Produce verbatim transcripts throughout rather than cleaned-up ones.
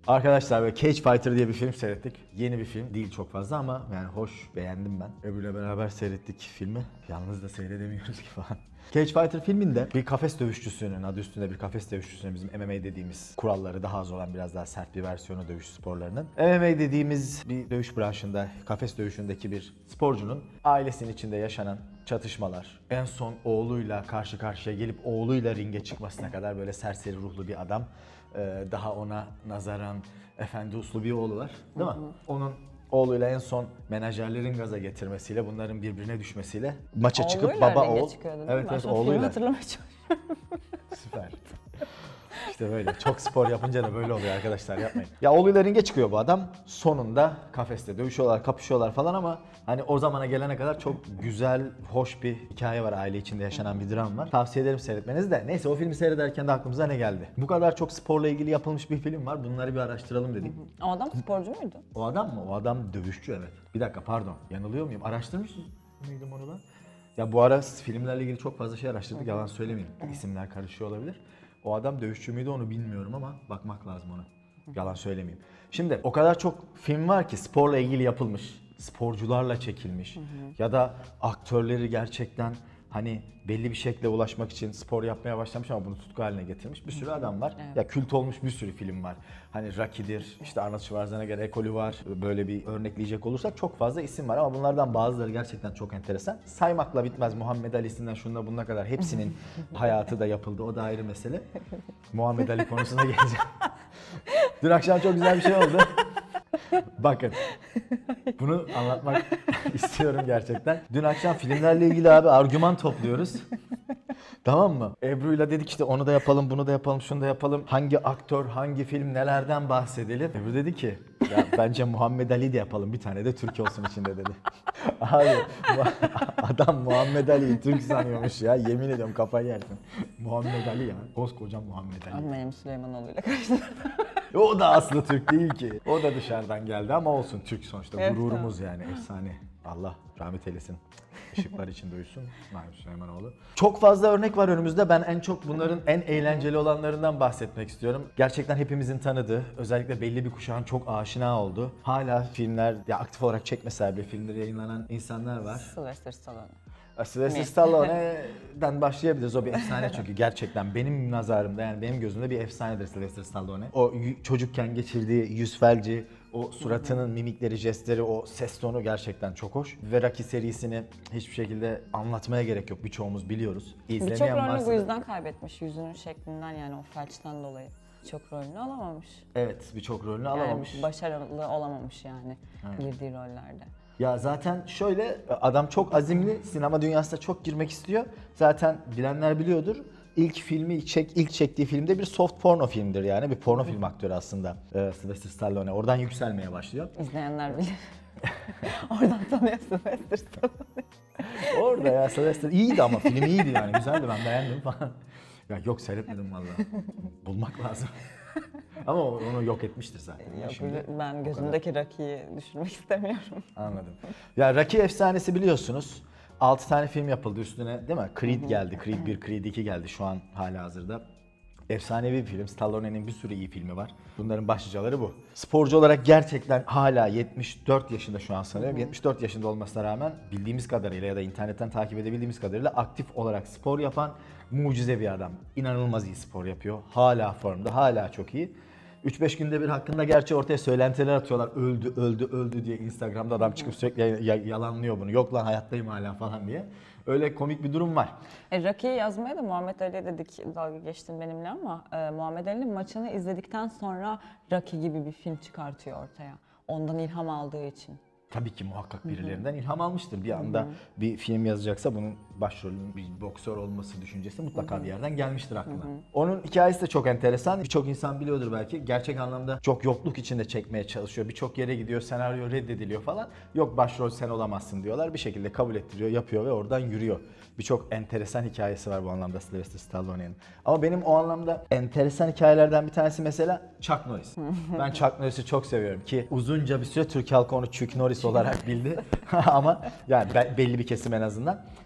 Arkadaşlar böyle Cage Fighter diye bir film seyrettik. Yeni bir film değil çok fazla ama yani hoş, beğendim ben. Öbürle beraber seyrettik filmi. Yalnız da seyredemiyoruz ki falan. Cage Fighter filminde bir kafes dövüşçüsünün, adı üstünde bir kafes dövüşçüsünün, bizim M M A dediğimiz kuralları daha az olan biraz daha sert bir versiyonu dövüş sporlarının. M M A dediğimiz bir dövüş branşında, kafes dövüşündeki bir sporcunun ailesinin içinde yaşanan çatışmalar, en son oğluyla karşı karşıya gelip oğluyla ringe çıkmasına kadar böyle serseri ruhlu bir adam. Daha ona nazaran efendi uslu bir oğlu var, değil mi? Hı hı. Onun oğluyla en son menajerlerin gaza getirmesiyle, bunların birbirine düşmesiyle maça oğluyla çıkıp baba oğul. Evet, evet, oğluyla. Hatırlamaya çalışıyorum. Süper. İşte böyle. Çok spor yapınca da böyle oluyor arkadaşlar, yapmayın. Ya oğluyla ringe çıkıyor bu adam. Sonunda kafeste dövüşüyorlar, kapışıyorlar falan ama hani o zamana gelene kadar çok güzel, hoş bir hikaye var. Aile içinde yaşanan bir dram var. Tavsiye ederim seyretmenizi de. Neyse, o filmi seyrederken de aklımıza ne geldi? Bu kadar çok sporla ilgili yapılmış bir film var. Bunları bir araştıralım dedik. O adam sporcu muydu? O adam mı? O adam dövüşçü, evet. Bir dakika, pardon. Yanılıyor muyum? Araştırmış mıydım onu ben? Ya bu ara filmlerle ilgili çok fazla şey araştırdık. Yalan söylemeyeyim. İsimler karışıyor olabilir. O adam dövüşçü müydü onu bilmiyorum ama bakmak lazım ona. Yalan söylemeyeyim. Şimdi o kadar çok film var ki sporla ilgili yapılmış, sporcularla çekilmiş, hı hı, ya da aktörleri gerçekten hani belli bir şekle ulaşmak için spor yapmaya başlamış ama bunu tutku haline getirmiş bir sürü adam var. Evet. Ya kült olmuş bir sürü film var. Hani Rocky'dir, işte Arnold Schwarzenegger ekolü var. Böyle bir örnekleyecek olursak çok fazla isim var ama bunlardan bazıları gerçekten çok enteresan. Saymakla bitmez. Muhammed Ali'sinden şununla bununla kadar hepsinin hayatı da yapıldı. O da ayrı mesele. Muhammed Ali konusuna geleceğim. Dün akşam çok güzel bir şey oldu. Bakın, bunu anlatmak istiyorum gerçekten. Dün akşam filmlerle ilgili abi argüman topluyoruz. Tamam mı? Ebru'yla dedik işte onu da yapalım, bunu da yapalım, şunu da yapalım. Hangi aktör, hangi film, nelerden bahsedelim? Ebru dedi ki, ya bence Muhammed Ali de yapalım, bir tane de Türk olsun içinde dedi. Abi adam Muhammed Ali'yi Türk sanıyormuş ya, yemin ediyorum kafayı yersin. Muhammed Ali ya, koskoca Muhammed Ali. Ama benim Süleymanoğlu'yla karıştırdım. O da aslı Türk değil ki. O da dışarıdan geldi ama olsun, Türk sonuçta. Evet, gururumuz yani, efsane. Allah rahmet eylesin. Işıklar içinde uyusun. Naim Süleymanoğlu. Çok fazla örnek var önümüzde. Ben en çok bunların en eğlenceli olanlarından bahsetmek istiyorum. Gerçekten hepimizin tanıdığı, özellikle belli bir kuşağın çok aşina olduğu, hala filmler, ya aktif olarak çekmese bile filmleri yayınlanan insanlar var. Sylvester Stallone. Sylvester Stallone'den başlayabiliriz. O bir efsane çünkü gerçekten benim nazarımda, yani benim gözümde bir efsanedir Sylvester Stallone. O çocukken geçirdiği yüz felci, o suratının mimikleri, jestleri, o ses tonu gerçekten çok hoş. Ve Rocky serisini hiçbir şekilde anlatmaya gerek yok. Birçoğumuz biliyoruz. Birçok rolünü bu yüzden kaybetmiş. Yüzünün şeklinden, yani o felçten dolayı. Birçok rolünü alamamış. Evet, birçok rolünü yani alamamış. Başarılı olamamış yani, evet, girdiği rollerde. Ya zaten şöyle, adam çok azimli, sinema dünyasına çok girmek istiyor. Zaten bilenler biliyordur. İlk filmi çek, ilk çektiği filmde bir soft porno filmdir yani. Bir porno film aktörü aslında. Ee, Sylvester Stallone. Oradan yükselmeye başlıyor. İzleyenler bilir. Oradan tanıyor Sylvester Stallone. Orada ya Sylvester iyiydi ama film iyiydi yani. Güzeldi, ben beğendim falan. Ya yok, seyretmedim vallahi. Bulmak lazım. Ama onu yok etmiştir zaten. Yok, şimdi ben gözümdeki Rocky'yi düşürmek istemiyorum. Anladım. Ya Rocky efsanesi biliyorsunuz. altı tane film yapıldı üstüne, değil mi? Creed geldi. Creed bir, Creed iki geldi şu an halihazırda. Efsanevi bir film. Stallone'nin bir sürü iyi filmi var. Bunların başlıcaları bu. Sporcu olarak gerçekten hala yetmiş dört yaşında şu an sanıyorum. yetmiş dört yaşında olmasına rağmen bildiğimiz kadarıyla ya da internetten takip edebildiğimiz kadarıyla aktif olarak spor yapan mucize bir adam. İnanılmaz iyi spor yapıyor. Hala formda, hala çok iyi. üç beş günde bir hakkında gerçi ortaya söylentiler atıyorlar. Öldü, öldü, öldü diye Instagram'da adam çıkıp sürekli yalanlıyor bunu. Yok lan, hayattayım hala falan diye. Öyle komik bir durum var. E, Rocky'yi yazmaya da Muhammed Ali dedik, dalga geçtin benimle ama e, Muhammed Ali'nin maçını izledikten sonra Rocky gibi bir film çıkartıyor ortaya. Ondan ilham aldığı için. Tabii ki muhakkak birilerinden Hı-hı. ilham almıştır. Bir anda Hı-hı. bir film yazacaksa bunun başrolünün bir boksör olması düşüncesi mutlaka Hı-hı. bir yerden gelmiştir aklına. Hı-hı. Onun hikayesi de çok enteresan. Birçok insan biliyordur belki. Gerçek anlamda çok yokluk içinde çekmeye çalışıyor. Birçok yere gidiyor, senaryo reddediliyor falan. Yok, başrol sen olamazsın diyorlar. Bir şekilde kabul ettiriyor, yapıyor ve oradan yürüyor. Birçok enteresan hikayesi var bu anlamda Sylvester Stallone'nin. Ama benim o anlamda enteresan hikayelerden bir tanesi mesela Chuck Norris. Ben Chuck Norris'i çok seviyorum ki uzunca bir süre Türk halkı onu Chuck Norris olarak bildi. Ama yani belli bir kesim en azından.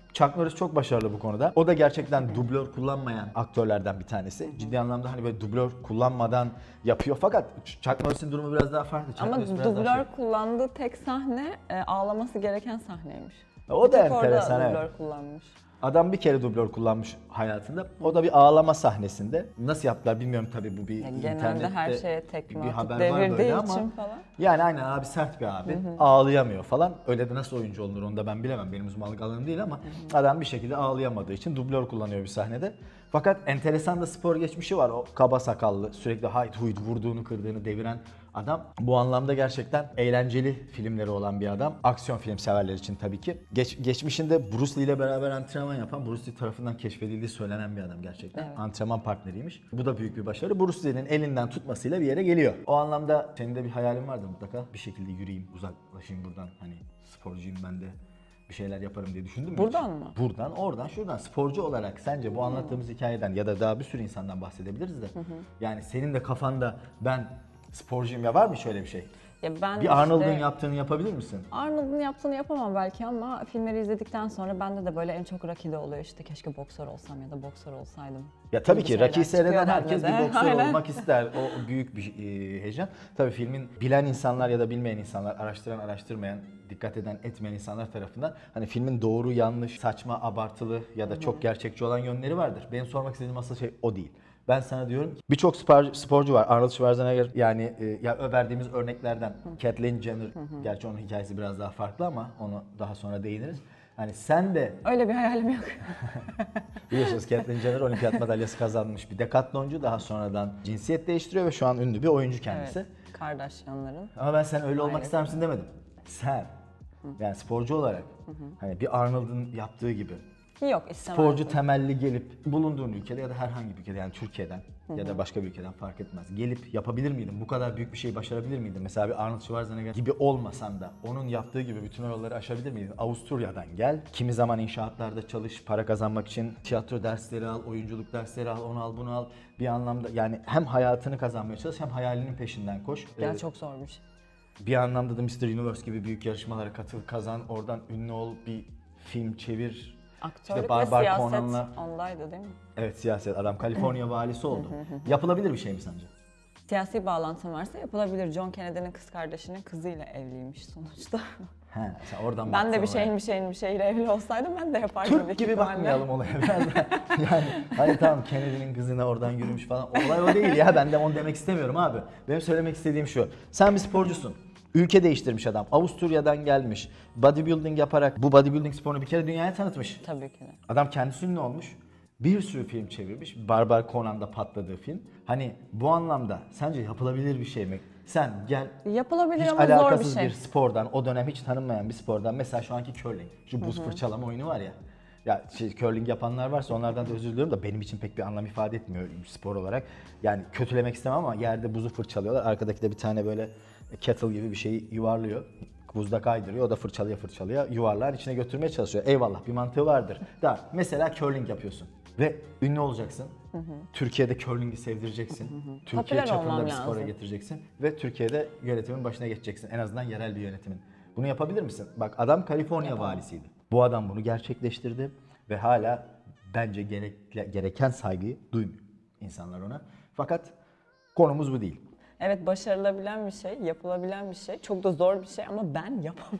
Chuck Norris çok başarılı bu konuda. O da gerçekten dublör kullanmayan aktörlerden bir tanesi. Ciddi anlamda hani böyle dublör kullanmadan yapıyor. Fakat Chuck Norris'in durumu biraz daha farklı. Chuck Ama Norris biraz daha dublör şey- kullandığı tek sahne e, ağlaması gereken sahneymiş. O Bir da tek orada enteresan, evet. dublör kullanmış. Adam bir kere dublör kullanmış hayatında. O da bir ağlama sahnesinde. Nasıl yaptılar bilmiyorum tabii, bu bir Ya internette genelde her şeye tekme bir atıp haber var böyle devirdiği ama. için falan. Yani aynen abi, sert bir abi. Ağlayamıyor falan. Öyle de nasıl oyuncu olunur onu da ben bilemem. Benim uzmanlık alanım değil ama adam bir şekilde ağlayamadığı için dublör kullanıyor bir sahnede. Fakat enteresan da spor geçmişi var. O kaba sakallı, sürekli hayt huyt vurduğunu kırdığını deviren adam. Bu anlamda gerçekten eğlenceli filmleri olan bir adam. Aksiyon film severler için tabii ki. Geç, geçmişinde Bruce Lee ile beraber antrenman yapan, Bruce Lee tarafından keşfedildiği söylenen bir adam gerçekten. Evet. Antrenman partneriymiş. Bu da büyük bir başarı. Bruce Lee'nin elinden tutmasıyla bir yere geliyor. O anlamda senin de bir hayalin vardı mutlaka. Bir şekilde yürüyeyim, uzaklaşayım buradan. Hani sporcuyum ben de, bir şeyler yaparım diye düşündün mü Buradan hiç? mı? Buradan, oradan, şuradan. Sporcu olarak sence bu anlattığımız hikayeden ya da daha bir sürü insandan bahsedebiliriz de. Yani senin de kafanda ben sporcuyum ya, var mı şöyle bir şey? Ya ben Bir Arnold'un işte- yaptığını yapabilir misin? Arnold'un yaptığını yapamam belki ama filmleri izledikten sonra bende de böyle en çok Rocky'de oluyor, işte keşke boksör olsam ya da boksör olsaydım. Ya tabii gibi ki şeyler Rocky'yi seyreden çıkıyor herkes bende bir de. boksör Aynen. olmak ister. O büyük bir e, heyecan. Tabii filmin bilen insanlar ya da bilmeyen insanlar, araştıran, araştırmayan, dikkat eden, etmeyen insanlar tarafından hani filmin doğru, yanlış, saçma, abartılı ya da çok gerçekçi olan yönleri vardır. Benim sormak istediğim asıl şey o değil. Ben sana diyorum ki birçok spor, sporcu var. Arnold Schwarzenegger, yani e, ya verdiğimiz örneklerden Caitlyn Jenner, gerçi onun hikayesi biraz daha farklı ama onu daha sonra değiniriz. Hani sen de Öyle bir hayalim yok. biliyorsunuz Caitlyn Jenner olimpiyat madalyası kazanmış bir dekatloncu, daha sonradan cinsiyet değiştiriyor ve şu an ünlü bir oyuncu kendisi. Evet, Kardashian'ların. Ama ben sen öyle olmak Ailesi. ister misin demedim. Sen yani sporcu olarak hani bir Arnold'un yaptığı gibi Yok, istemem. sporcu temelli gelip bulunduğun ülkede ya da herhangi bir ülkede, yani Türkiye'den ya da başka bir ülkeden fark etmez, gelip yapabilir miydin? Bu kadar büyük bir şey başarabilir miydin? Mesela bir Arnold Schwarzenegger gibi olmasan da onun yaptığı gibi bütün o yolları aşabilir miydin? Avusturya'dan gel, kimi zaman inşaatlarda çalış, para kazanmak için tiyatro dersleri al, oyunculuk dersleri al, onu al, bunu al. Bir anlamda yani hem hayatını kazanmaya çalış hem hayalinin peşinden koş. Ya Ee, çok zormuş. Bir anlamda da mister Universe gibi büyük yarışmalara katıl, kazan, oradan ünlü ol, bir film çevir. Aktörlük Barbar ve siyaset Conan'la- ondaydı değil mi? Evet, siyaset. Adam Kaliforniya valisi oldu. Yapılabilir bir şey mi sence? Siyasi bağlantım varsa yapılabilir. John Kennedy'nin kız kardeşinin kızıyla evliymiş sonuçta. He, sen oradan Ben de baktın bir olaya. şeyin bir şeyin bir şeyle evli olsaydım ben de yapardım. Türk büyük gibi ihtimalle. bakmayalım olaya biraz da. Yani hani tamam, Kennedy'nin kızına oradan yürümüş falan. Olay o değil ya, ben de onu demek istemiyorum abi. Benim söylemek istediğim şu. Sen bir sporcusun. Ülke değiştirmiş adam. Avusturya'dan gelmiş. Bodybuilding yaparak bu bodybuilding sporunu bir kere dünyaya tanıtmış. Tabii ki de. Adam kendisi ünlü olmuş. Bir sürü film çevirmiş. Barbar Conan'da patladığı film. Hani bu anlamda sence yapılabilir bir şey mi? Sen gel, Yapılabilir hiç ama zor bir alakasız şey. bir spordan, o dönem hiç tanınmayan bir spordan, mesela şu anki curling, şu buz fırçalama oyunu var ya. Ya şey, curling yapanlar varsa onlardan da özür diliyorum da benim için pek bir anlam ifade etmiyor spor olarak. Yani kötülemek istemem ama yerde buzu fırçalıyorlar. Arkadaki de bir tane böyle kettle gibi bir şeyi yuvarlıyor. Buzda kaydırıyor, o da fırçalıyor fırçalıyor. Yuvarlar içine götürmeye çalışıyor. Eyvallah, bir mantığı vardır. Da mesela curling yapıyorsun ve ünlü olacaksın. Türkiye'de curling'i sevdireceksin. Türkiye Popüler çapında olmam bir spora lazım. getireceksin ve Türkiye'de yönetimin başına geçeceksin. En azından yerel bir yönetimin. Bunu yapabilir misin? Bak, adam Kaliforniya valisiydi. Bu adam bunu gerçekleştirdi ve hala bence gerek, gereken saygıyı duymuyor insanlar ona. Fakat konumuz bu değil. Evet, başarılabilen bir şey, yapılabilen bir şey. Çok da zor bir şey ama ben yapamam.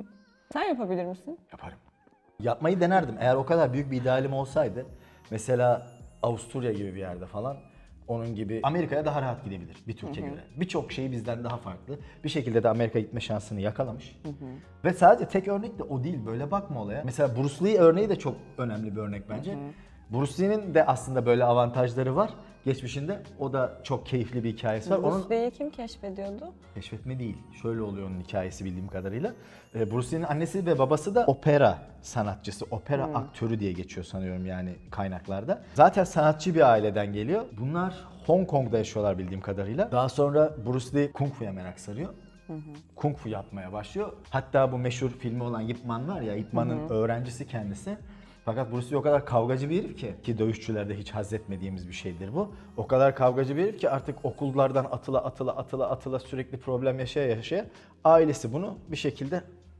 Sen yapabilir misin? Yaparım. Yapmayı denerdim. Eğer o kadar büyük bir idealim olsaydı, mesela Avusturya gibi bir yerde falan, onun gibi Amerika'ya daha rahat gidebilir bir Türkiye göre. Birçok şeyi bizden daha farklı. Bir şekilde de Amerika gitme şansını yakalamış. Ve sadece tek örnek de o değil. Böyle bakma olaya. Mesela Bruce Lee örneği de çok önemli bir örnek bence. Bruce Lee'nin de aslında böyle avantajları var. Geçmişinde o da çok keyifli bir hikayesi var. Onun Bruce Lee'yi kim keşfediyordu? keşfetme değil. Şöyle oluyor onun hikayesi bildiğim kadarıyla. Ee, Bruce Lee'nin annesi ve babası da opera sanatçısı, opera aktörü diye geçiyor sanıyorum yani kaynaklarda. Zaten sanatçı bir aileden geliyor. Bunlar Hong Kong'da yaşıyorlar bildiğim kadarıyla. Daha sonra Bruce Lee Kung Fu'ya merak sarıyor. Kung Fu yapmaya başlıyor. Hatta bu meşhur filmi olan Ip Man var ya, Ip Man'ın öğrencisi kendisi. Fakat Bruce Lee o kadar kavgacı bir herif ki, ki dövüşçülerde hiç haz etmediğimiz bir şeydir bu. O kadar kavgacı bir herif ki artık okullardan atıla atıla atıla atıla sürekli problem yaşaya yaşaya ailesi bunu bir şekilde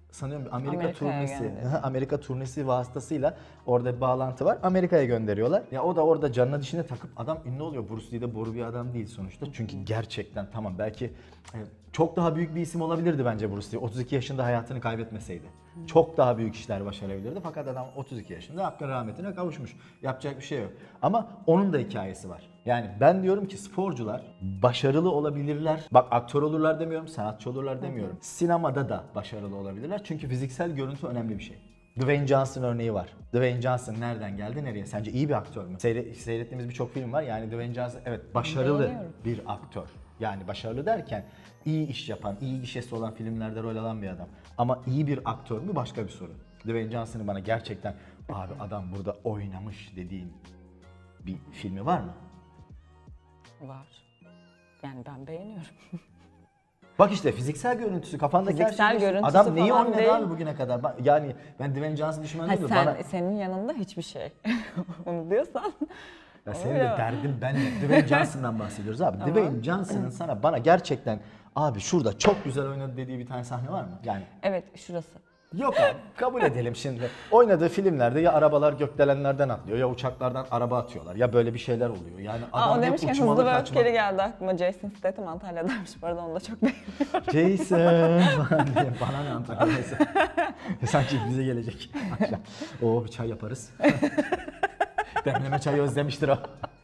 sanıyorum bir Amerika Amerika'ya turnesi, gönderiyor. Amerika turnesi vasıtasıyla orada bir bağlantı var. Amerika'ya gönderiyorlar. Ya o da orada canına dişine takıp adam ünlü oluyor. Bruce Lee de boru bir adam değil sonuçta. Çünkü gerçekten tamam belki e, çok daha büyük bir isim olabilirdi bence Bruce Lee. otuz iki yaşında hayatını kaybetmeseydi. Çok daha büyük işler başarabilirdi. Fakat adam otuz iki yaşında hakkın rahmetine kavuşmuş. Yapacak bir şey yok. Ama onun da hikayesi var. Yani ben diyorum ki sporcular başarılı olabilirler. Bak aktör olurlar demiyorum, sanatçı olurlar demiyorum. Sinemada da başarılı olabilirler. Çünkü fiziksel görüntü önemli bir şey. Dwayne Johnson örneği var. Dwayne Johnson nereden geldi nereye? Sence iyi bir aktör mü? Seyre- seyrettiğimiz birçok film var. Yani Dwayne Johnson evet başarılı Beğeniyorum. bir aktör. Yani başarılı derken iyi iş yapan, iyi gişesi olan filmlerde rol alan bir adam. Ama iyi bir aktör mü başka bir soru. Dwayne Johnson'ın bana gerçekten abi adam burada oynamış dediğin bir filmi var mı? Var. Yani ben beğeniyorum. Bak işte fiziksel görüntüsü kafandaki Fiziksel her şey. görüntüsü Adam neyi falan oynadı değil. abi bugüne kadar? Ben- Yani ben Dwayne Johnson düşmanı Ha, değilim. sen, Bana, senin yanında hiçbir şey. Onu diyorsan. ya senin de derdin benle. Dwayne Johnson'dan bahsediyoruz abi. Dwayne Johnson'ın sana bana gerçekten abi şurada çok güzel oynadı dediği bir tane sahne var mı? Yani Evet şurası. yok abi kabul edelim şimdi. Oynadığı filmlerde ya arabalar gökdelenlerden atlıyor ya uçaklardan araba atıyorlar ya böyle bir şeyler oluyor. Yani Aa, adam o hep demişken uçmalı hızlı ve kaçmalı. öfkeli geldi aklıma. Jason Statham Antalya'daymış bu arada, onu da çok beğeniyorum. Jason falan diye bana ne Antalya neyse. Sanki bize gelecek akşam. Oo bir çay yaparız. Demleme çayı özlemiştir o.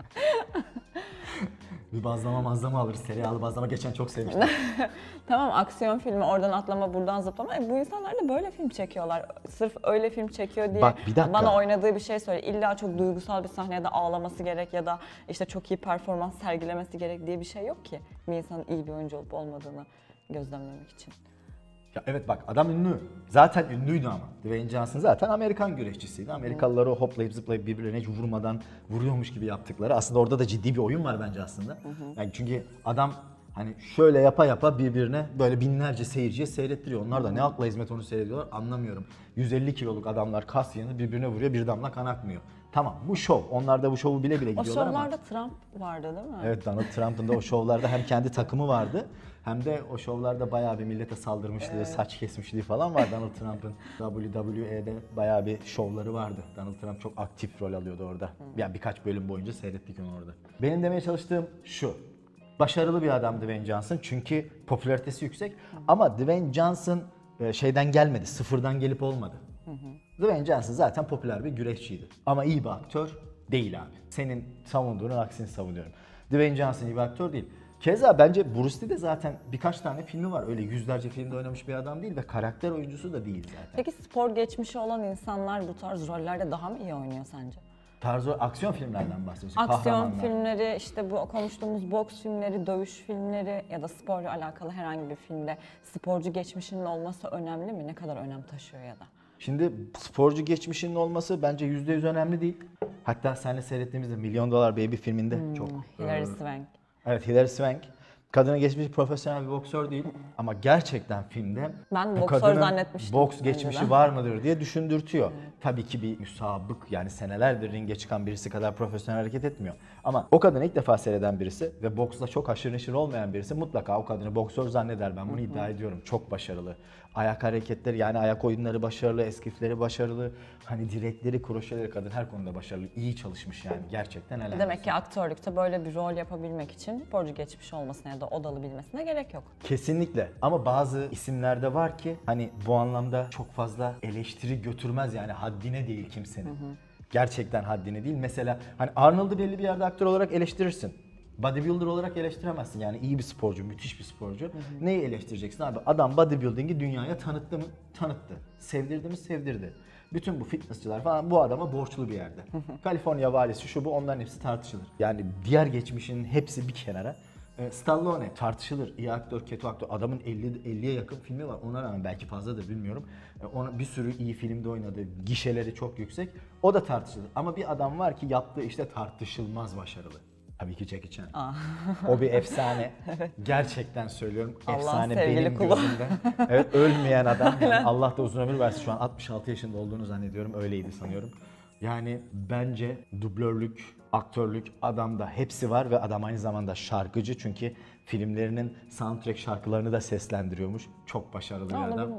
Bir bazlama mazlama alırız. Tereyağlı bazlama geçen çok sevmiştim. Tamam, aksiyon filmi, oradan atlama buradan zıplama. E, bu insanlar da böyle film çekiyorlar. Sırf öyle film çekiyor diye Bak, bir dakika. bana oynadığı bir şey söyle. İlla çok duygusal bir sahnede ağlaması gerek ya da işte çok iyi performans sergilemesi gerek diye bir şey yok ki. Bir insanın iyi bir oyuncu olup olmadığını gözlemlemek için. Ya evet bak adam ünlü. Zaten ünlüydü ama. Dwayne Johnson zaten Amerikan güreşçisiydi. Amerikalıları o hoplayıp zıplayıp birbirlerine hiç vurmadan vuruyormuş gibi yaptıkları. Aslında orada da ciddi bir oyun var bence aslında. Yani çünkü adam hani şöyle yapa yapa birbirine böyle binlerce seyirciye seyrettiriyor. Onlar da ne akla hizmet onu seyrediyorlar anlamıyorum. yüz elli kiloluk adamlar kas yanı birbirine vuruyor, bir damla kan akmıyor. Tamam bu şov. Onlar da bu şovu bile bile O gidiyorlar ama. şovlarda Trump vardı değil mi? Evet, Donald Trump'ın da o şovlarda hem kendi takımı vardı hem de o şovlarda bayağı bir millete saldırmışlığı, saç kesmişliği falan var. Donald Trump'ın W W E'de bayağı bir şovları vardı. Donald Trump çok aktif rol alıyordu orada. Yani birkaç bölüm boyunca seyrettik onu orada. Benim demeye çalıştığım şu. Başarılı bir adam Dwayne Johnson çünkü popülaritesi yüksek. Ama Dwayne Johnson e, şeyden gelmedi, sıfırdan gelip olmadı. Dwayne Johnson zaten popüler bir güreşçiydi. Ama iyi bir aktör değil abi. Senin savunduğunun aksini savunuyorum. Dwayne Johnson iyi bir aktör değil. Keza bence Bruce Lee de zaten birkaç tane filmi var. Öyle yüzlerce filmde oynamış bir adam değil ve karakter oyuncusu da değil zaten. Peki spor geçmişi olan insanlar bu tarz rollerde daha mı iyi oynuyor sence? Tarzı aksiyon filmlerden bahsediyorsun. Aksiyon kahramanlar. filmleri, işte bu konuştuğumuz boks filmleri, dövüş filmleri ya da sporla alakalı herhangi bir filmde sporcu geçmişinin olması önemli mi? Ne kadar önem taşıyor ya da? Şimdi sporcu geçmişinin olması bence yüzde yüz önemli değil. Hatta seninle seyrettiğimizde Milyon Dolar Baby filminde çok... Hilary e, Swank. Evet, Hilary Swank. Kadının geçmiş profesyonel bir boksör değil ama gerçekten filmde Ben bu boksör kadının zannetmiştim boks önceden. geçmişi var mıdır diye düşündürtüyor. Tabii ki bir müsabık yani senelerdir ringe çıkan birisi kadar profesyonel hareket etmiyor. Ama o kadını ilk defa seyreden birisi ve boksla çok haşır neşir olmayan birisi mutlaka o kadını boksör zanneder. Ben bunu iddia ediyorum. Çok başarılı. Ayak hareketleri yani ayak oyunları başarılı, eskifleri başarılı. Hani direkleri, kroşeleri kadın her konuda başarılı. İyi çalışmış yani gerçekten helal Demek olsun. ki aktörlükte böyle bir rol yapabilmek için sporcu geçmişi olmasına ya da odalı bilmesine gerek yok. Kesinlikle ama bazı isimlerde var ki hani bu anlamda çok fazla eleştiri götürmez yani haddine değil kimsenin. Gerçekten haddine değil. Mesela hani Arnold'u belli bir yerde aktör olarak eleştirirsin. Bodybuilder olarak eleştiremezsin yani iyi bir sporcu, müthiş bir sporcu. Neyi eleştireceksin abi? Adam bodybuilding'i dünyaya tanıttı mı? Tanıttı. Sevdirdi mi? Sevdirdi. Bütün bu fitnessçılar falan bu adama borçlu bir yerde. Kaliforniya valisi şu bu onların hepsi tartışılır. Yani diğer geçmişin hepsi bir kenara. E, Stallone tartışılır. İyi aktör, kötü aktör. Adamın elli elliye yakın filmi var. Ona rağmen belki fazladır bilmiyorum. E, ona bir sürü iyi filmde oynadı. Gişeleri çok yüksek. O da tartışılır. Ama bir adam var ki yaptığı işte tartışılmaz başarılı. Tabii ki Jackie Chan. O bir efsane. Gerçekten söylüyorum. Allah'ın Efsane sevgili benim kulu. gözümde. Evet ölmeyen adam. Yani Allah da uzun ömür versin. Şu an altmış altı yaşında olduğunu zannediyorum. Öyleydi sanıyorum. Yani bence dublörlük, aktörlük adamda hepsi var ve adam aynı zamanda şarkıcı çünkü filmlerinin soundtrack şarkılarını da seslendiriyormuş. Çok başarılı bir Aa, onu adam. bilmiyordum.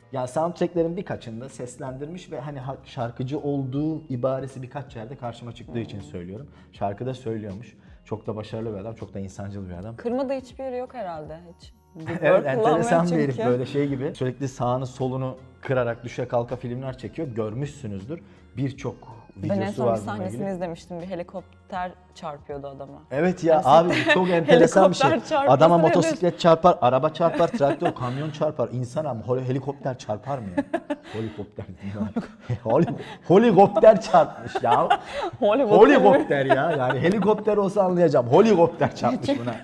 Yani soundtracklerin birkaçında seslendirmiş ve hani ha- şarkıcı olduğu ibaresi birkaç yerde karşıma çıktığı için söylüyorum. Şarkıda söylüyormuş. Çok da başarılı bir adam, çok da insancıl bir adam. Kırmada hiçbir yeri yok herhalde hiç. Evet, Dublar enteresan bir kullanmıyor herif çünkü. böyle şey gibi. Sürekli sağını solunu kırarak düşe kalka filmler çekiyor. Görmüşsünüzdür. Birçok Ben en videosu son var bir bununla sahnesini ilgili. izlemiştim. Bir helikopter çarpıyordu adama. Evet ya Yani abi çok enteresan bir şey. Helikopter çarpması Adama nedir? motosiklet çarpar, araba çarpar, traktör, kamyon çarpar. İnsan ama hol- helikopter çarpar mı ya? Helikopter değil mi? Holi- Helikopter çarpmış ya. Hollywood filmi. Helikopter ya. Yani helikopter olsa anlayacağım. Helikopter çarpmış buna.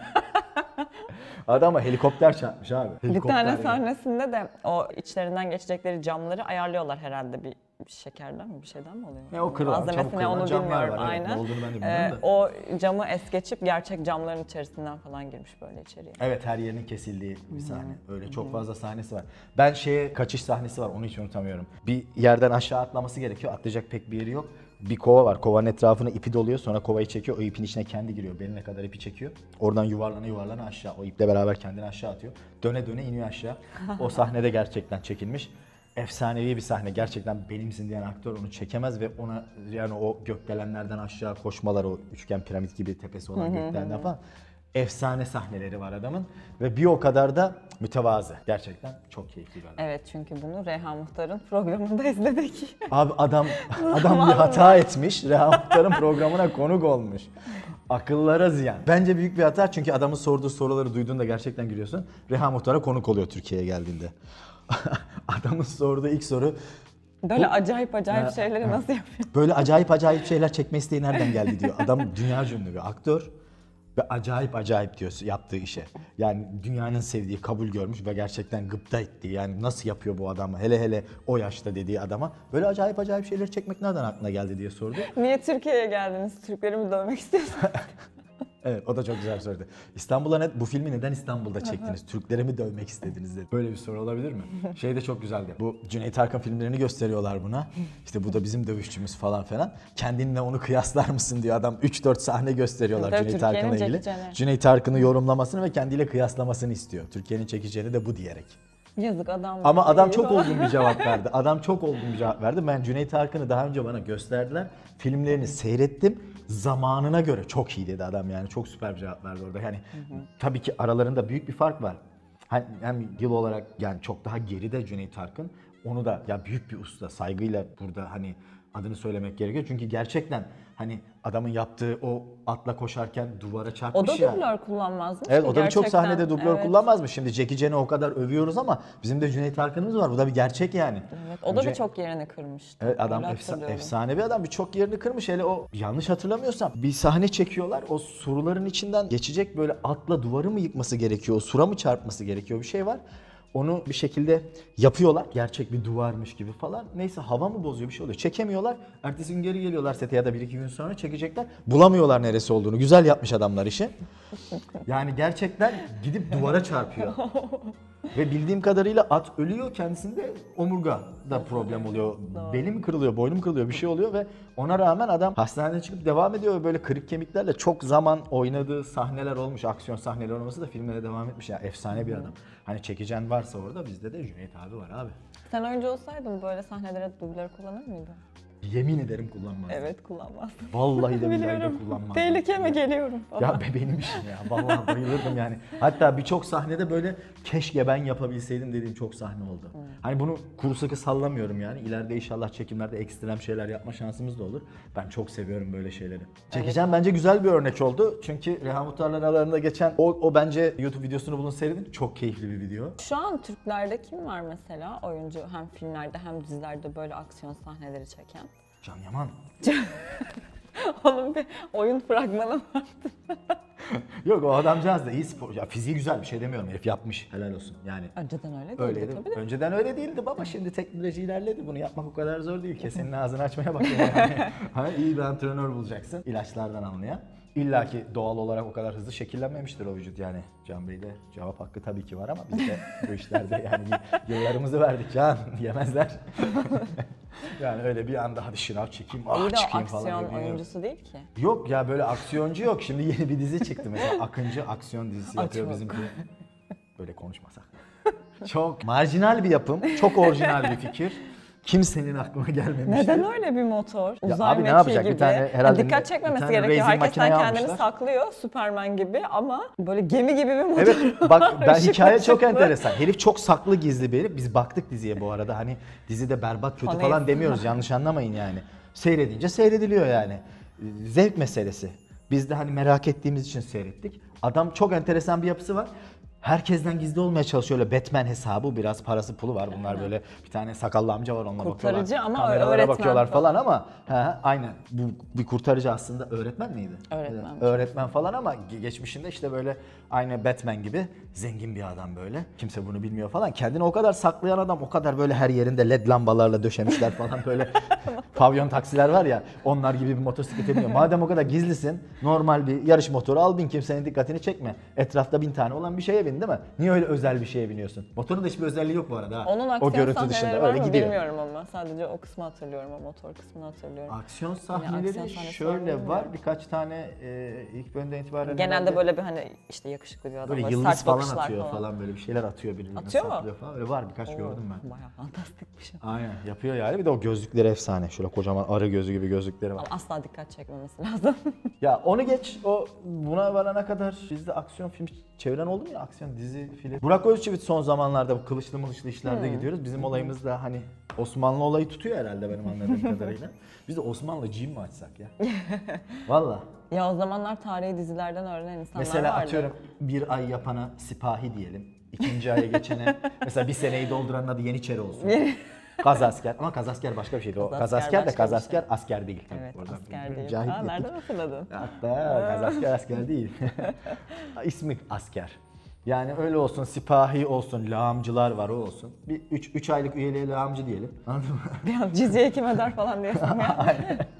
Adama helikopter çarpmış abi. Bir Helikopter tane ya. sahnesinde de o içlerinden geçecekleri camları ayarlıyorlar herhalde bir, bir şekerden mi bir şeyden mi oluyor? Ne o kırılan, çabuk Malzemesi ne kırılan onu camlar bilmiyorum var, evet. aynen. Ne olduğunu ben de Ee, bilmiyorum da. o camı es geçip gerçek camların içerisinden falan girmiş böyle içeriye. Evet, her yerinin kesildiği bir sahne. Öyle çok fazla sahnesi var. Ben şeye kaçış sahnesi var, onu hiç unutamıyorum. Bir yerden aşağı atlaması gerekiyor. Atlayacak pek bir yeri yok. Bir kova var. Kovanın etrafına ipi doluyor. Sonra kovayı çekiyor. O ipin içine kendi giriyor. Beline kadar ipi çekiyor. Oradan yuvarlana yuvarlana aşağı. O iple beraber kendini aşağı atıyor. Döne döne iniyor aşağı. O sahnede gerçekten çekilmiş. Efsanevi bir sahne. Gerçekten benimsin diyen aktör onu çekemez ve ona yani o gökdelenlerden aşağı koşmalar, o üçgen piramit gibi tepesi olan gökdelenden falan. Efsane sahneleri var adamın ve bir o kadar da mütevazı. Gerçekten çok keyifli bir adam. Evet çünkü bunu Reha Muhtar'ın programında izledik. Abi adam adam bir hata etmiş. Reha Muhtar'ın programına konuk olmuş. Akıllara ziyan. Bence büyük bir hata çünkü adamın sorduğu soruları duyduğunda gerçekten gülüyorsun. Reha Muhtar'a konuk oluyor Türkiye'ye geldiğinde. Adamın sorduğu ilk soru Böyle acayip acayip Ha, şeyleri ha. nasıl yapıyor? böyle acayip acayip şeyler çekme isteği nereden geldi diyor. Adam dünya ünlü bir aktör ve acayip acayip diyor yaptığı işe. Yani dünyanın sevdiği, kabul görmüş ve gerçekten gıpta ettiği, yani nasıl yapıyor bu adam hele hele o yaşta dediği adama böyle acayip acayip şeyler çekmek nereden aklına geldi diye sordu. Niye Türkiye'ye geldiniz? Türkleri mi dövmek istiyorsunuz? Evet, o da çok güzel bir soruydu. İstanbul'a ne, bu filmi neden İstanbul'da çektiniz? Türkleri mi dövmek istediniz dedi. Böyle bir soru olabilir mi? Şey de çok güzeldi. Bu Cüneyt Arkın filmlerini gösteriyorlar buna. İşte bu da bizim dövüşçümüz falan filan. Kendinle onu kıyaslar mısın diyor adam. üç dört sahne gösteriyorlar Tabii, Cüneyt Türkiye'nin Arkın'la ilgili. çekeceğini. Cüneyt Arkın'ı yorumlamasını ve kendiyle kıyaslamasını istiyor. Türkiye'nin çekeceğini de bu diyerek. Yazık adam. Ama adam İyi çok falan. olgun bir cevap verdi. Adam çok olgun bir cevap verdi. Ben Cüneyt Arkın'ı daha önce bana gösterdiler. Filmlerini seyrettim. Zamanına göre çok iyi dedi adam yani. Çok süper bir cevap verdi orada. Yani tabii ki aralarında büyük bir fark var. Hani hem yıl olarak yani çok daha geride Cüneyt Arkın. Onu da ya büyük bir usta, saygıyla burada hani adını söylemek gerekiyor. Çünkü gerçekten hani adamın yaptığı o atla koşarken duvara O da çarpmış ya. dublör kullanmazmış Evet, ki o da birçok gerçekten. sahnede dublör Evet. kullanmazmış. Şimdi Jackie Chan'ı o kadar övüyoruz ama bizim de Cüneyt Arkın'ımız var. Bu da bir gerçek yani. Evet, o da Ce- birçok yerini kırmıştı. Evet, adam Öyle efsa- hatırlıyorum. efsane bir adam. Birçok yerini kırmış. Hele o yanlış hatırlamıyorsam bir sahne çekiyorlar. O surların içinden geçecek böyle atla duvarı mı yıkması gerekiyor? O sura mı çarpması gerekiyor? Bir şey var. Onu bir şekilde yapıyorlar. Gerçek bir duvarmış gibi falan. Neyse hava mı bozuyor bir şey oluyor. Çekemiyorlar. Ertesi gün geri geliyorlar sete ya da bir iki gün sonra çekecekler. Bulamıyorlar neresi olduğunu. Güzel yapmış adamlar işi. Yani gerçekten gidip duvara çarpıyor. Ve bildiğim kadarıyla at ölüyor, kendisinde omurga da problem oluyor. Beli mi kırılıyor, boynu mu kırılıyor bir şey oluyor ve ona rağmen adam hastaneden çıkıp devam ediyor ve böyle kırık kemiklerle çok zaman oynadığı sahneler olmuş, aksiyon sahneleri olması da filmlere devam etmiş ya. Efsane bir adam. Hani çekeceğin varsa orada bizde de Cüneyt abi var abi. Sen oyuncu olsaydın böyle sahnelere dublör kullanır mıydın? Yemin ederim kullanmazdım. Evet kullanmazdım. Vallahi de billahi de Biliyorum. kullanmazdım. Tehlike mi geliyorum falan. Ya be benim işim ya. Vallahi bayılırdım yani. Hatta birçok sahnede böyle keşke ben yapabilseydim dediğim çok sahne oldu. Hani bunu kuru sıkı sallamıyorum yani. İleride inşallah çekimlerde ekstrem şeyler yapma şansımız da olur. Ben çok seviyorum böyle şeyleri. Çekeceğim bence güzel bir örnek oldu. Çünkü Reha Muhtar'la aralarında geçen o, o bence YouTube videosunu bulun seyredin. Çok keyifli bir video. Şu an Türklerde kim var mesela oyuncu hem filmlerde hem dizilerde böyle aksiyon sahneleri çeken? Can Yaman. Onun bir oyun fragmanı var. Yok, o adamcağız da iyi spor. Ya fiziği güzel, bir şey demiyorum. Herif yapmış. Helal olsun. Yani Önceden öyle değildi öyleydi. tabii de. Önceden öyle değildi baba. Şimdi teknoloji ilerledi. Bunu yapmak o kadar zor değil. Kesenin ağzını açmaya bakıyor yani. Ha, iyi bir antrenör bulacaksın. İlaçlardan anlayan. İlla ki doğal olarak o kadar hızlı şekillenmemiştir o vücut yani. Can Bey'de cevap hakkı tabii ki var ama biz de bu işlerde yani yıllarımızı verdik Can. Yemezler. Yani öyle bir anda hadi şınav çekeyim, ah İyi de o çıkayım falan. aksiyon yapıyor. oyuncusu değil ki. Yok ya, böyle aksiyoncu yok. Şimdi yeni bir dizi çıktı mesela. Akıncı aksiyon dizisi yapıyor Açmak. bizimki. Böyle konuşmasak. Çok marjinal bir yapım, çok orijinal bir fikir. Kimsenin aklına gelmemişti. Neden öyle bir motor? Ya Uzay abi ne mekiği yapacak? Bir gibi. tane Yani herhalde dikkat bir çekmemesi tane gerekiyor. racing Herkesten makineyi kendini almışlar. saklıyor Superman gibi ama böyle gemi gibi bir motor. Evet bak ben Işıklı hikaye çok ışıklı. enteresan. Herif çok saklı gizli bir herif. Biz baktık diziye bu arada. Hani dizide berbat kötü Fanıyız. falan demiyoruz. Yanlış anlamayın yani. Seyredince seyrediliyor yani. Zevk meselesi. Biz de hani merak ettiğimiz için seyrettik. Adam çok enteresan bir yapısı var. Herkesten gizli olmaya çalışıyor. Öyle Batman hesabı, biraz parası pulu var. Bunlar böyle bir tane sakallı amca var, onunla Kurtarıcı bakıyorlar. ama Kameralara öğretmen bakıyorlar falan, falan. ama he, aynen. Bu bir kurtarıcı aslında, öğretmen miydi? Öğretmen. Öğretmen falan ama ge- geçmişinde işte böyle aynı Batman gibi zengin bir adam böyle. Kimse bunu bilmiyor falan. Kendini o kadar saklayan adam, o kadar böyle her yerinde led lambalarla döşemişler falan böyle. Pavyon taksiler var ya, onlar gibi bir motosiklete biniyor. Madem o kadar gizlisin, normal bir yarış motoru al bin, kimsenin dikkatini çekme. Etrafta bin tane olan bir şeye bin, değil mi? Niye öyle özel bir şeye biniyorsun? Motorun da hiçbir özelliği yok bu arada ha. Onun O aksiyon görüntü dışında sahneleri var öyle mı gidiyor. bilmiyorum ama sadece o kısmı hatırlıyorum, o motor kısmını hatırlıyorum. Aksiyon aksiyon sahneleri sahnesi var mı şöyle bilmiyorum. var. Birkaç tane e, ilk bölümden itibaren Genelde herhalde böyle bir hani işte yakışıklı bir adam, böyle böyle yıldız sert falan bakışlar atıyor falan. falan. böyle bir şeyler atıyor, birbirine Atıyor mu? saplıyor falan. Öyle var, birkaç Oo, gördüm ben. Bayağı fantastik bir şey. Aynen yapıyor yani. Bir de o gözlükleri efsane. Şöyle kocaman arı gözü gibi gözlükleri var. Ama asla dikkat çekmemesi lazım. Ya onu geç, o buna varana kadar bizde aksiyon film çeviren oldu mu ya, aksiyon dizi film. Burak Özçivit son zamanlarda bu kılıçlı mılıçlı işlerde gidiyoruz. Bizim olayımız da hani Osmanlı olayı tutuyor herhalde benim anladığım kadarıyla. Biz de Osmanlıcıyım mı açsak ya? Valla. Ya o zamanlar tarihi dizilerden öğrenen insanlar Mesela vardı. atıyorum bir ay yapana sipahi diyelim. İkinci aya geçene mesela bir seneyi dolduranın adı Yeniçeri olsun. Kazasker, ama kazasker başka bir şeydi. O Kazasker kazasker de başka bir kazasker asker değil. Tabii. Evet, Oradan asker değil. cahil Aa, değil. nereden hatırladın? Hatta kazasker asker değil. İsmi asker. Yani öyle olsun, sipahi olsun, lağımcılar var, o olsun. Bir üç aylık üyeliğe lağımcı diyelim. Anladın mı? Bir an cizye kim öder falan diyorsun ya.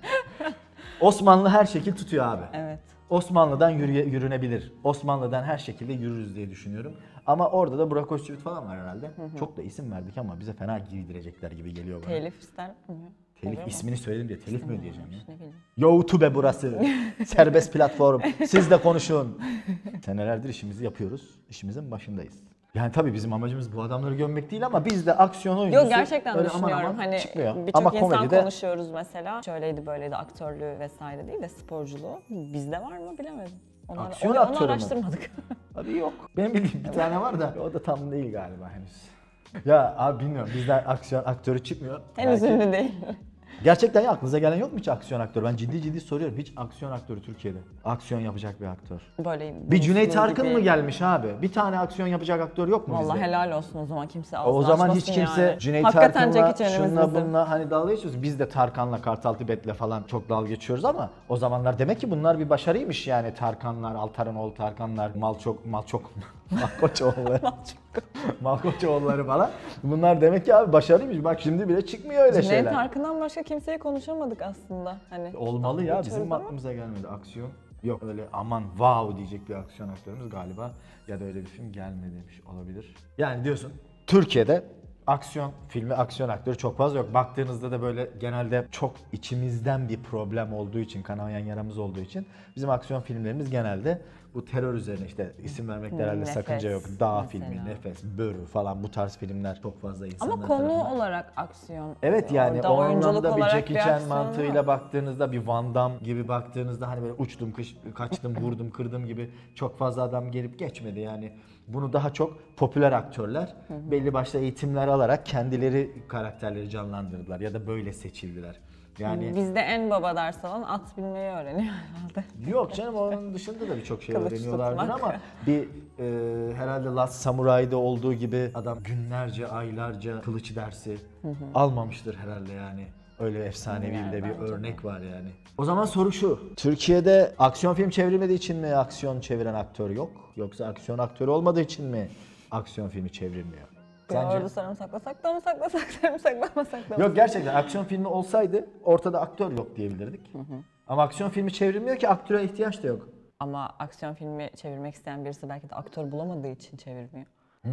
Osmanlı her şekil tutuyor abi. Evet. Osmanlı'dan yürüye, yürünebilir. Osmanlı'dan her şekilde yürürüz diye düşünüyorum. Ama orada da Burak Özçivit falan var herhalde. Hı hı. Çok da isim verdik ama bize fena giydirecekler gibi geliyor bana. Telif ister mi? Telif Oluyor mu? ismini söyledim diye telif mi ödeyeceğim ya? Ne bileyim. YouTube burası. Serbest platform. Siz de konuşun. Senelerdir işimizi yapıyoruz. İşimizin başındayız. Yani tabii bizim amacımız bu adamları gömmek değil ama biz de aksiyon oyuncusu. Yok gerçekten öyle aman düşünüyorum. aman Hani çıkmıyor. birçok Ama insan komedide konuşuyoruz mesela. Şöyleydi böyleydi, aktörlüğü vesaire değil de sporculuğu. Bizde var mı bilemedim. Onu, Aksiyon onu, onu aktörü mü? araştırmadık. abi yok. Benim bildiğim bir tane var da o da tam değil galiba henüz. Ya abi bilmiyorum, bizden aksiyon aktörü çıkmıyor. Henüz Belki- ünlü değil. Gerçekten ya, aklınıza gelen yok mu hiç aksiyon aktörü? Ben ciddi ciddi soruyorum. Hiç aksiyon aktörü Türkiye'de. Aksiyon yapacak bir aktör. Böyle Bir Cüneyt Bruce Lee Arkın gibi. mı gelmiş abi? Bir tane aksiyon yapacak aktör yok mu Vallahi bizde? helal olsun o zaman, kimse ağzını O zaman hiç açmasın kimse yani. Cüneyt Hakikaten Arkın'la, Jackie Chan'imiz şunla bizim. bununla hani dalga geçiyoruz. Biz de Tarkan'la, Kartal Tibet'le falan çok dalga geçiyoruz ama o zamanlar demek ki bunlar bir başarıymış yani. Tarkanlar, Altarınoğlu Tarkanlar, Malçok, Malçok, Malkoçoğulları, Malkoçoğulları falan. Bunlar demek ki abi başarıymış. Bak şimdi bile çıkmıyor öyle Cüneyt şeyler. Arkın'dan başka kimseyi konuşamadık aslında. Hani Olmalı ya, geçiyoruz bizim ama. aklımıza gelmedi aksiyon. Yok öyle aman wow diyecek bir aksiyon aktörümüz galiba, ya da öyle bir film gelmemiş olabilir. Yani diyorsun Türkiye'de aksiyon filmi, aksiyon aktörü çok fazla yok. Baktığınızda da böyle genelde çok içimizden bir problem olduğu için, kanayan yaramız olduğu için bizim aksiyon filmlerimiz genelde bu terör üzerine, işte isim vermekte herhalde Nefes sakınca yok. Dağ mesela. filmi, Nefes, Börü falan, bu tarz filmler çok fazla insanlar Ama konu tarafından- olarak aksiyon. Evet yani Orada o oyunculuk anlamda bir olarak Jackie bir Chan aksiyon mantığıyla yok. baktığınızda, bir Van Damme gibi baktığınızda hani böyle uçtum, kış, kaçtım, vurdum, kırdım gibi çok fazla adam gelip geçmedi yani. Bunu daha çok popüler aktörler belli başlı eğitimler alarak kendileri karakterleri canlandırdılar ya da böyle seçildiler. Yani Bizde en baba dersi olan at binmeyi öğreniyor herhalde. yok canım, onun dışında da birçok şey Kılıç öğreniyorlardır tutmak. ama bir e, herhalde Last Samurai'de olduğu gibi adam günlerce, aylarca kılıç dersi almamıştır herhalde yani. Öyle efsanevi Yani de bir bence de. örnek var yani. O zaman soru şu. Türkiye'de aksiyon film çevrilmediği için mi aksiyon çeviren aktör yok? Yoksa aksiyon aktörü olmadığı için mi aksiyon filmi çevrilmiyor? Sence? Yoğurdu sarımsaklasak da mı saklasak, sarımsaklamasak da mı? Yok, gerçekten aksiyon filmi olsaydı ortada aktör yok diyebilirdik. Ama aksiyon filmi çevrilmiyor ki, aktöre ihtiyaç da yok. Ama aksiyon filmi çevirmek isteyen birisi belki de aktör bulamadığı için çevirmiyor.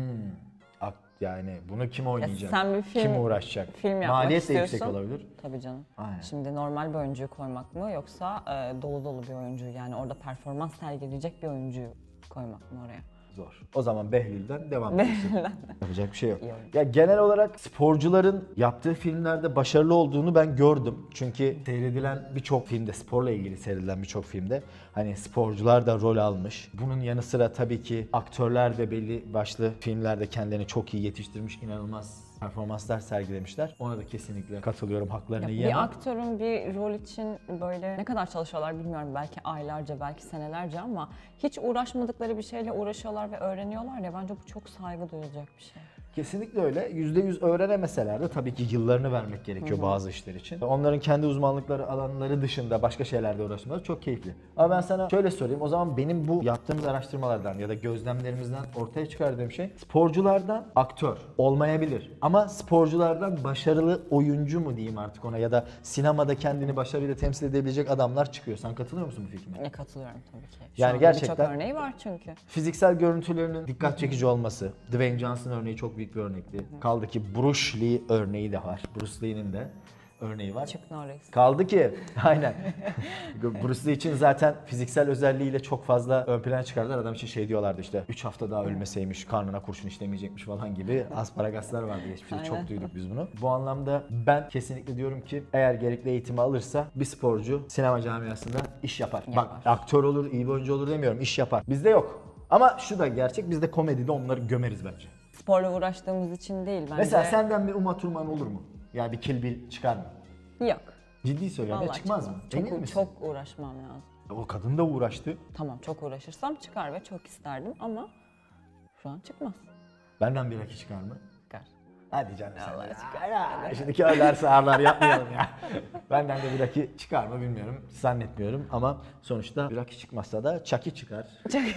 Ak- Yani bunu kim oynayacak? sen bir film- kim uğraşacak? film yapmak Maliyet de yüksek istiyorsun. olabilir. Tabii canım. Aynen. Şimdi normal bir oyuncuyu koymak mı yoksa e, dolu dolu bir oyuncu, yani orada performans sergileyecek bir oyuncuyu koymak mı oraya? zor. O zaman Behlül'den devam ediyorsun. Behlül'den. Yapacak bir şey yok. İyi oldu. Ya genel olarak sporcuların yaptığı filmlerde başarılı olduğunu ben gördüm. Çünkü seyredilen birçok filmde, sporla ilgili seyredilen birçok filmde hani sporcular da rol almış. Bunun yanı sıra tabii ki aktörler de belli başlı filmlerde kendilerini çok iyi yetiştirmiş, inanılmaz performanslar sergilemişler. Ona da kesinlikle katılıyorum, haklarını Bir yiyemem. aktörün bir rol için böyle ne kadar çalışıyorlar bilmiyorum. Belki aylarca, belki senelerce ama hiç uğraşmadıkları bir şeyle uğraşıyorlar ve öğreniyorlar ya. Bence bu çok saygı duyulacak bir şey. Kesinlikle öyle. yüzde yüz öğrenemeseler de tabii ki yıllarını vermek gerekiyor bazı işler için. Onların kendi uzmanlıkları alanları dışında başka şeylerle uğraşmaları çok keyifli. Ama ben sana şöyle söyleyeyim. O zaman benim bu yaptığımız araştırmalardan ya da gözlemlerimizden ortaya çıkardığım şey sporculardan aktör olmayabilir. Ama sporculardan başarılı oyuncu mu diyeyim artık ona ya da sinemada kendini başarıyla temsil edebilecek adamlar çıkıyor. Sen katılıyor musun bu fikrime? Ne katılıyorum tabii ki. Şu Yani anda gerçekten- birçok örneği var çünkü. Fiziksel görüntülerinin dikkat çekici olması. Dwayne Johnson örneği çok büyük bir örnekti. Kaldı ki Bruce Lee örneği de var. Bruce Lee'nin de örneği var. Chuck Norris. Kaldı ki aynen. Bruce Lee için zaten fiziksel özelliğiyle çok fazla ön plana çıkardılar. Adam için şey diyorlardı işte üç hafta daha ölmeseymiş, karnına kurşun işlemeyecekmiş falan gibi asparagaslar vardı geçmişte. Aynen. Çok duyduk biz bunu. Bu anlamda ben kesinlikle diyorum ki eğer gerekli eğitimi alırsa bir sporcu sinema camiasında iş yapar. Bak Yapar. aktör olur, iyi bir oyuncu olur demiyorum, iş yapar. Bizde yok. Ama şu da gerçek, biz de komedide onları gömeriz bence. Sporla uğraştığımız için değil bence. Mesela senden bir Uma Thurman olur mu? Yani bir Kill Bill çıkar mı? Yok. Ciddi söylüyorum ya, Vallahi çıkmaz mı? Çok, Emin misin? çok uğraşmam lazım. O kadın da uğraştı. Tamam çok uğraşırsam çıkar ve çok isterdim ama şu an çıkmaz. Benden bir rakı çıkar mı? Çıkar. Hadi canım sen Vallahi de. çıkar. Ya, şimdi köyler sağırlar yapmayalım ya. Benden de bir rakı çıkar mı bilmiyorum. Zannetmiyorum ama sonuçta bir rakı çıkmazsa da çaki çıkar.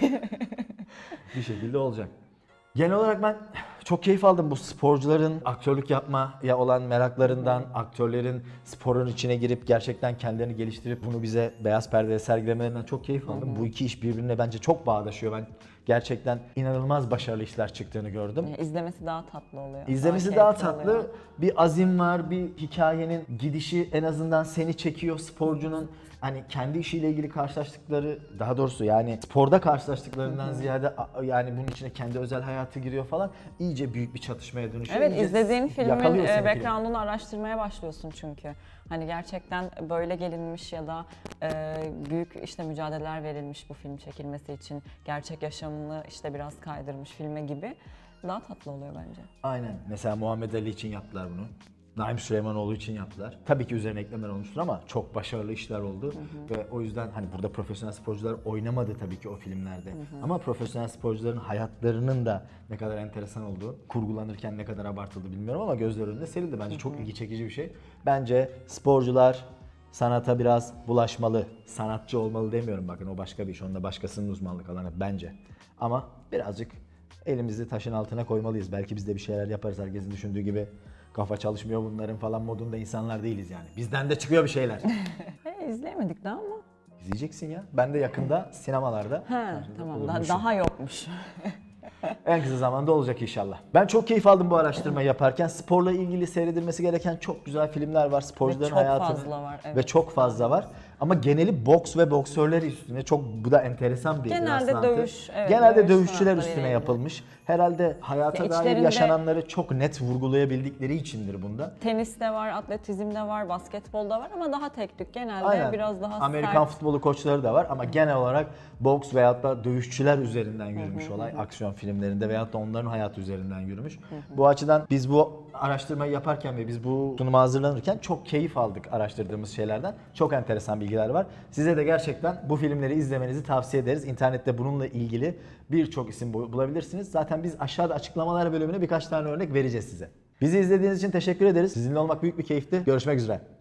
Bir şekilde olacak. Genel olarak ben çok keyif aldım bu sporcuların aktörlük yapmaya olan meraklarından, aktörlerin sporun içine girip gerçekten kendilerini geliştirip bunu bize beyaz perdede sergilemelerinden çok keyif aldım. Bu iki iş birbirine bence çok bağdaşıyor. Ben gerçekten inanılmaz başarılı işler çıktığını gördüm. İzlemesi daha tatlı oluyor. İzlemesi daha keyifli tatlı. oluyor. Bir azim var, bir hikayenin gidişi en azından seni çekiyor sporcunun. Hani kendi işiyle ilgili karşılaştıkları, daha doğrusu yani sporda karşılaştıklarından ziyade a- yani bunun içine kendi özel hayatı giriyor falan. İyice büyük bir çatışmaya dönüşüyor. Evet İyice izlediğin filmin yakalıyor e, seni film. background'unu araştırmaya başlıyorsun çünkü. Hani gerçekten böyle gelinmiş ya da e, büyük işte mücadeleler verilmiş bu film çekilmesi için. Gerçek yaşamını işte biraz kaydırmış filme gibi. Daha tatlı oluyor bence. Aynen. Mesela Muhammed Ali için yaptılar bunu. Naim Süleymanoğlu için yaptılar. Tabii ki üzerine eklemeler olmuştur ama çok başarılı işler oldu. Ve o yüzden hani burada profesyonel sporcular oynamadı tabii ki o filmlerde. Ama profesyonel sporcuların hayatlarının da ne kadar enteresan olduğu, kurgulanırken ne kadar abartıldı bilmiyorum ama gözler önünde serildi. Bence çok ilgi çekici bir şey. Bence sporcular sanata biraz bulaşmalı, sanatçı olmalı demiyorum, bakın o başka bir iş, onda başkasının uzmanlık alanı bence. Ama birazcık elimizi taşın altına koymalıyız. Belki biz de bir şeyler yaparız, herkesin düşündüğü gibi kafa çalışmıyor bunların falan modunda insanlar değiliz yani. Bizden de çıkıyor bir şeyler. E, izleyemedik daha ama. İzleyeceksin ya. Ben de yakında sinemalarda. Ha, karşında tamam da- olurmuşum. daha yokmuş. En kısa zamanda olacak inşallah. Ben çok keyif aldım bu araştırmayı yaparken. Sporla ilgili seyredilmesi gereken çok güzel filmler var. Sporcuların çok hayatını. fazla var, evet. Ve çok fazla var. Ama geneli boks ve boksörler üstüne çok, bu da enteresan bir Genelde rastlantı. dövüş, evet, Genelde dövüş dövüşçüler sanatlarıyla üstüne ilgili. yapılmış. Herhalde hayata Ya dair içlerinde- yaşananları çok net vurgulayabildikleri içindir bunda. Teniste var, atletizmde var, basketbolda var ama daha tek tük. Genelde Aynen. biraz daha Amerikan sert. futbolu koçları da var ama genel olarak boks veyahut da dövüşçüler üzerinden yürümüş olay aksiyon filmlerinde veyahut da onların hayatı üzerinden yürümüş. Bu açıdan biz bu araştırmayı yaparken ve biz bu sunuma hazırlanırken çok keyif aldık araştırdığımız şeylerden. Çok enteresan bilgiler var. Size de gerçekten bu filmleri izlemenizi tavsiye ederiz. İnternette bununla ilgili birçok isim bu- bulabilirsiniz. Zaten biz aşağıda açıklamalar bölümüne birkaç tane örnek vereceğiz size. Bizi izlediğiniz için teşekkür ederiz. Sizinle olmak büyük bir keyifti. Görüşmek üzere.